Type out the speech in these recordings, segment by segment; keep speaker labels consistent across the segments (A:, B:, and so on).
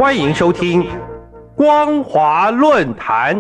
A: 欢迎收听光华论坛。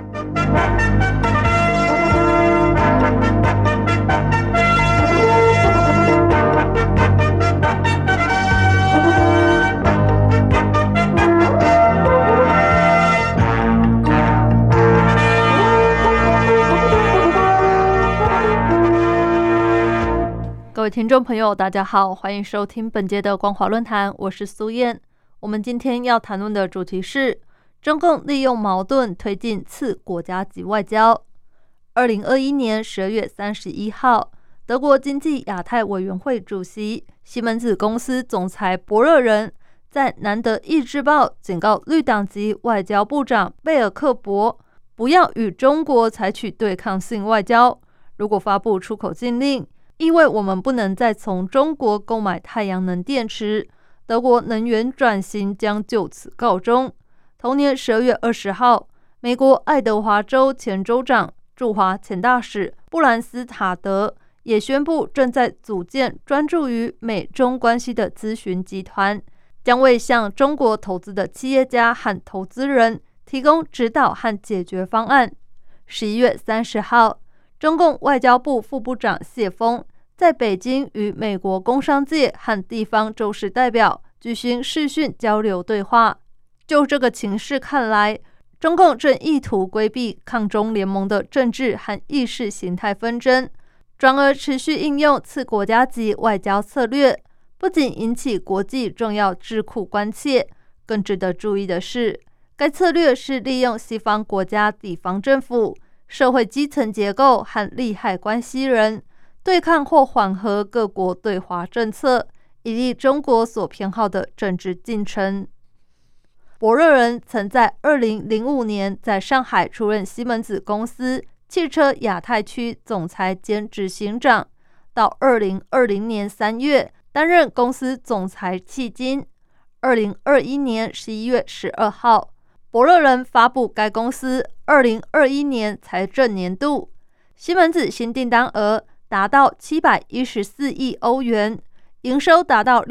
B: 各位听众朋友，大家好，欢迎收听本节的光华论坛，我是苏燕。我们今天要谈论的主题是中共利用矛盾推进次国家级外交。2021年12月31号，德国经济亚太委员会主席西门子公司总裁博热人在南德意志报警告绿党籍外交部长贝尔克伯不要与中国采取对抗性外交，如果发布出口禁令，意味我们不能再从中国购买太阳能电池，德国能源转型将就此告终。同年12月20号，美国爱德华州前州长、驻华前大使布兰斯塔德也宣布正在组建专注于美中关系的咨询集团，将为向中国投资的企业家和投资人提供指导和解决方案。11月30号，中共外交部副部长谢锋在北京与美国工商界和地方州市代表举行视讯交流对话。就这个情势看来，中共正意图规避抗中联盟的政治和意识形态纷争，转而持续应用次国家级外交策略，不仅引起国际重要智库关切，更值得注意的是，该策略是利用西方国家地方政府、社会基层结构和利害关系人对抗或缓和各国对华政策，以利中国所偏好的政治进程。博热人曾在2005年在上海出任西门子公司汽车亚太区总裁兼执行长，到2020年3月担任公司总裁迄今。2021年11月12号，博热人发布该公司2021年财政年度西门子新订单额达到714亿欧元，营收达到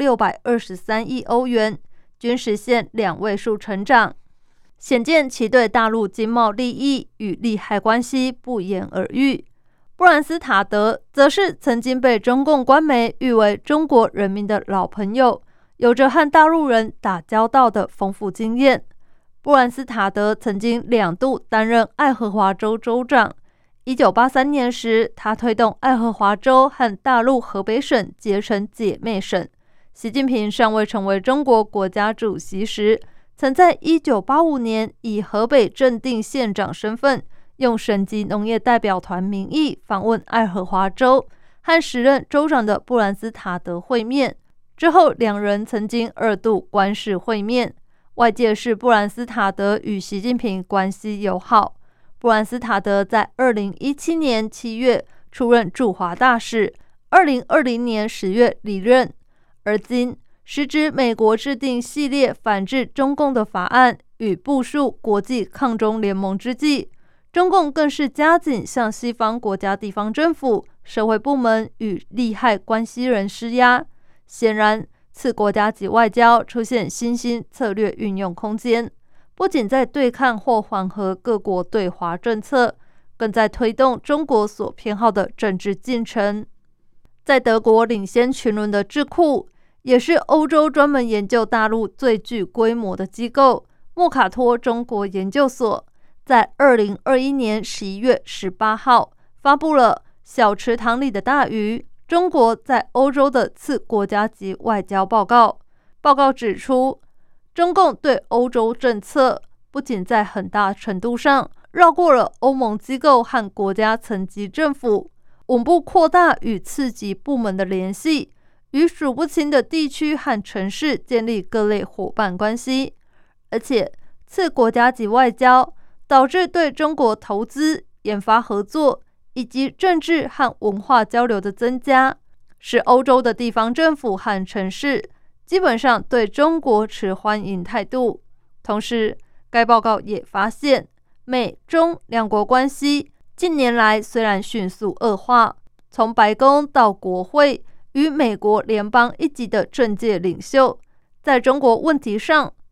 B: 623亿欧元，均实现2位数成长，显见其对大陆经贸利益与利害关系不言而喻。布兰斯塔德则是曾经被中共官媒誉为中国人民的老朋友，有着和大陆人打交道的丰富经验。布兰斯塔德曾经2度担任爱荷华州州长。1983年时，他推动爱荷华州和大陆河北省结成姐妹省。习近平尚未成为中国国家主席时，曾在1985年以河北正定县长身份，用省级农业代表团名义访问爱荷华州，和时任州长的布兰斯塔德会面。之后2人曾经2度官事会面。外界视布兰斯塔德与习近平关系友好。布兰斯塔德在2017年7月出任驻华大使，2020年10月离任。而今时值美国制定系列反制中共的法案与部署国际抗中联盟之际，中共更是加紧向西方国家地方政府、社会部门与利害关系人施压。显然，次国家级外交出现新兴策略运用空间，不仅在对抗或缓和各国对华政策，更在推动中国所偏好的政治进程。在德国领先群伦的智库，也是欧洲专门研究大陆最具规模的机构莫卡托中国研究所，在2021年11月18号发布了《小池塘里的大鱼：中国在欧洲的次国家级外交报告》。报告指出，中共对欧洲政策不仅在很大程度上绕过了欧盟机构和国家层级政府，稳步扩大与次级部门的联系，与数不清的地区和城市建立各类伙伴关系。而且，次国家级外交导致对中国投资、研发合作以及政治和文化交流的增加，使欧洲的地方政府和城市基本上对中国持欢迎态度。同时，该报告也发现，美中2国关系近年来虽然迅速恶化，从白宫到国会与美国联邦一级的政界领袖，在中国问题上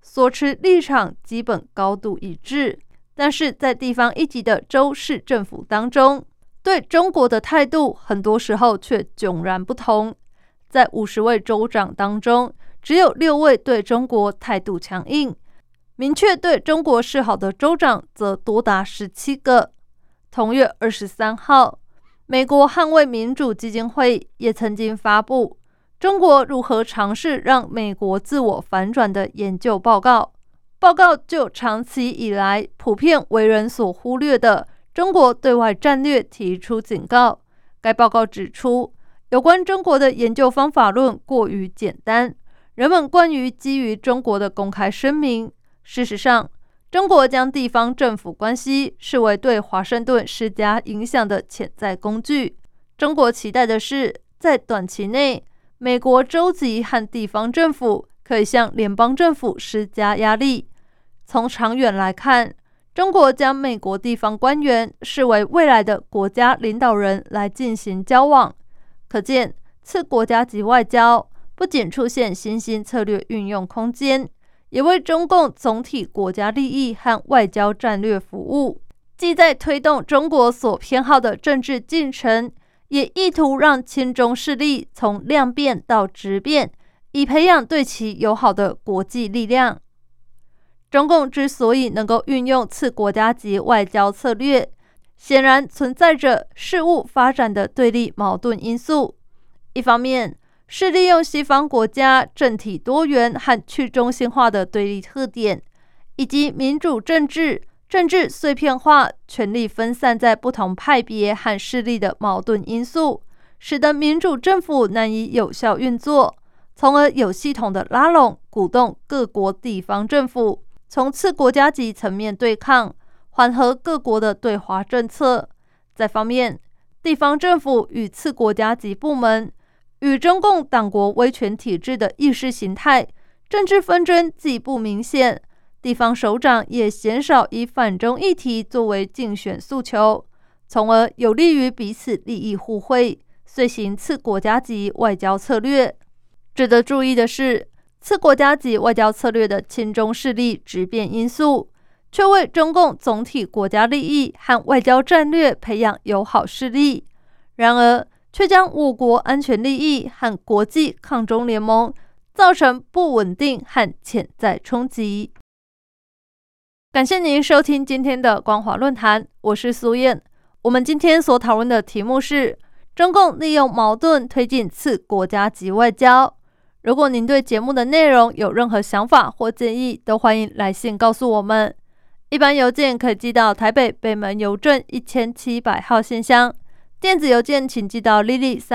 B: 所持立场基本高度一致，但是在地方一级的州市政府当中，对中国的态度很多时候却迥然不同。在50位州长当中，只有6位对中国态度强硬，明确对中国示好的州长则多达17个。同月23号，美国捍卫民主基金会也曾经发布中国如何尝试让美国自我反转的研究报告。报告就长期以来普遍为人所忽略的中国对外战略提出警告。该报告指出，有关中国的研究方法论过于简单，人们惯于基于中国的公开声明。事实上，中国将地方政府关系视为对华盛顿施加影响的潜在工具。中国期待的是，在短期内，美国州级和地方政府可以向联邦政府施加压力。从长远来看，中国将美国地方官员视为未来的国家领导人来进行交往。可见，次国家级外交不仅出现新兴策略运用空间，也为中共总体国家利益和外交战略服务，既在推动中国所偏好的政治进程，也意图让亲中势力从量变到质变，以培养对其友好的国际力量。中共之所以能够运用次国家级外交策略，显然存在着事物发展的对立矛盾因素。一方面，是利用西方国家政体多元和去中心化的对立特点，以及民主政治、政治碎片化、权力分散在不同派别和势力的矛盾因素，使得民主政府难以有效运作，从而有系统的拉拢、鼓动各国地方政府从次国家级层面对抗，缓和各国的对华政策。再方面，地方政府与次国家级部门与中共党国威权体制的意识形态、政治纷争既不明显，地方首长也鲜少以反中议题作为竞选诉求，从而有利于彼此利益互惠，遂行次国家级外交策略。值得注意的是，次国家级外交策略的亲中势力质变因素，却为中共总体国家利益和外交战略培养友好势力，然而却将我国安全利益和国际抗中联盟造成不稳定和潜在冲击。感谢您收听今天的光华论坛，我是苏燕。我们今天所讨论的题目是中共利用矛盾推进次国家级外交。如果您对节目的内容有任何想法或建议，都欢迎来信告诉我们。一般邮件可以寄到台北北门邮政1700号信箱，电子邮件请寄到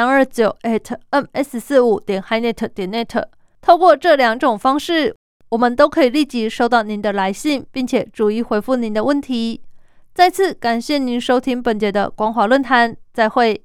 B: lily329@ms45.hinet.net。 透过这2种方式，我们都可以立即收到您的来信，并且逐一回复您的问题。再次感谢您收听本节的光华论坛，再会。